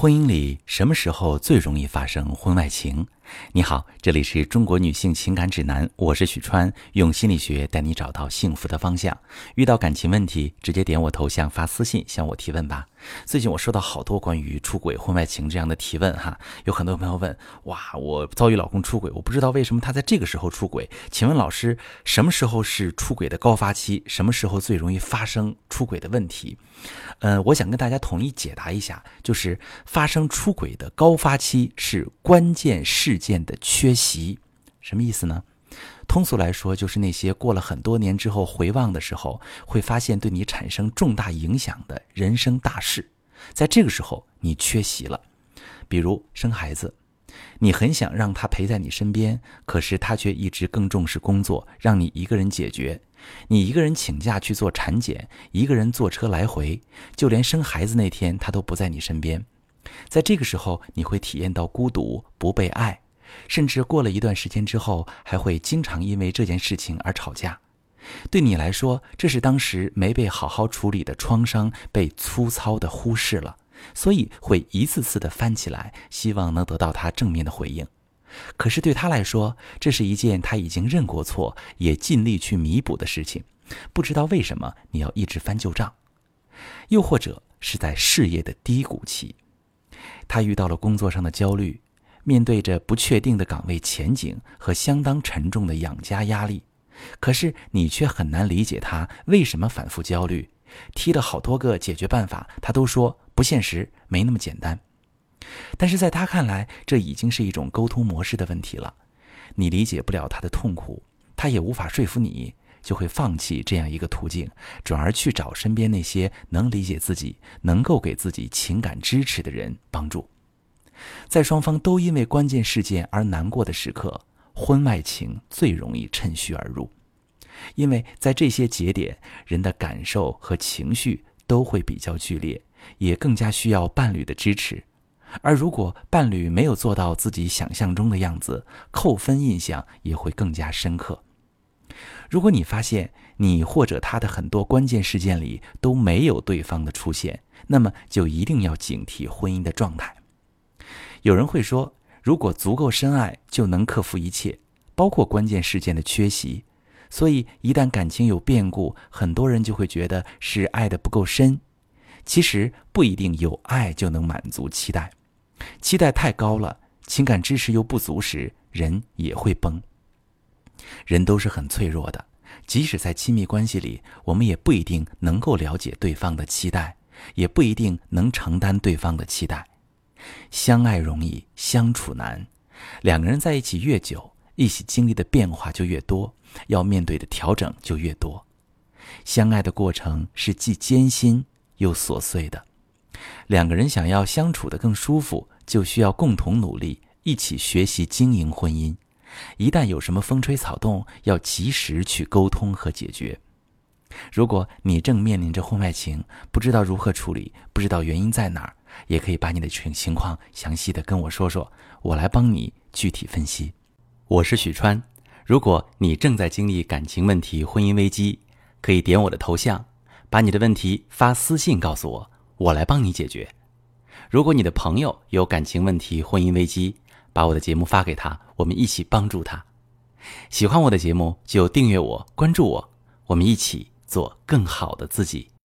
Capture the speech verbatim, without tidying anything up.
婚姻里什么时候最容易发生婚外情？你好，这里是中国女性情感指南，我是许川，用心理学带你找到幸福的方向。遇到感情问题，直接点我头像发私信向我提问吧。最近我收到好多关于出轨、婚外情这样的提问哈，有很多朋友问，哇，我遭遇老公出轨，我不知道为什么他在这个时候出轨，请问老师，什么时候是出轨的高发期？什么时候最容易发生出轨的问题？呃，我想跟大家统一解答一下，就是发生出轨的高发期是关键事件的缺席。什么意思呢？通俗来说，就是那些过了很多年之后回望的时候，会发现对你产生重大影响的人生大事，在这个时候你缺席了。比如生孩子，你很想让他陪在你身边，可是他却一直更重视工作，让你一个人解决。你一个人请假去做产检，一个人坐车来回，就连生孩子那天他都不在你身边。在这个时候，你会体验到孤独、不被爱，甚至过了一段时间之后，还会经常因为这件事情而吵架。对你来说，这是当时没被好好处理的创伤被粗糙地忽视了，所以会一次次地翻起来，希望能得到他正面的回应。可是对他来说，这是一件他已经认过错，也尽力去弥补的事情，不知道为什么你要一直翻旧账。又或者是在事业的低谷期，他遇到了工作上的焦虑，面对着不确定的岗位前景和相当沉重的养家压力，可是你却很难理解他为什么反复焦虑，提了好多个解决办法，他都说不现实，没那么简单。但是在他看来，这已经是一种沟通模式的问题了。你理解不了他的痛苦，他也无法说服你，就会放弃这样一个途径，转而去找身边那些能理解自己、能够给自己情感支持的人帮助。在双方都因为关键事件而难过的时刻，婚外情最容易趁虚而入。因为在这些节点，人的感受和情绪都会比较剧烈，也更加需要伴侣的支持。而如果伴侣没有做到自己想象中的样子，扣分印象也会更加深刻。如果你发现你或者他的很多关键事件里都没有对方的出现，那么就一定要警惕婚姻的状态。有人会说，如果足够深爱，就能克服一切，包括关键事件的缺席。所以一旦感情有变故，很多人就会觉得是爱得不够深。其实不一定有爱就能满足期待，期待太高了，情感支持又不足时，人也会崩。人都是很脆弱的，即使在亲密关系里，我们也不一定能够了解对方的期待，也不一定能承担对方的期待。相爱容易，相处难。两个人在一起越久，一起经历的变化就越多，要面对的调整就越多。相爱的过程是既艰辛又琐碎的，两个人想要相处得更舒服，就需要共同努力，一起学习经营婚姻。一旦有什么风吹草动，要及时去沟通和解决。如果你正面临着婚外情，不知道如何处理，不知道原因在哪儿，也可以把你的情况详细的跟我说说，我来帮你具体分析。我是许川，如果你正在经历感情问题、婚姻危机，可以点我的头像，把你的问题发私信告诉我，我来帮你解决。如果你的朋友有感情问题、婚姻危机，把我的节目发给他，我们一起帮助他。喜欢我的节目就订阅我、关注我，我们一起做更好的自己。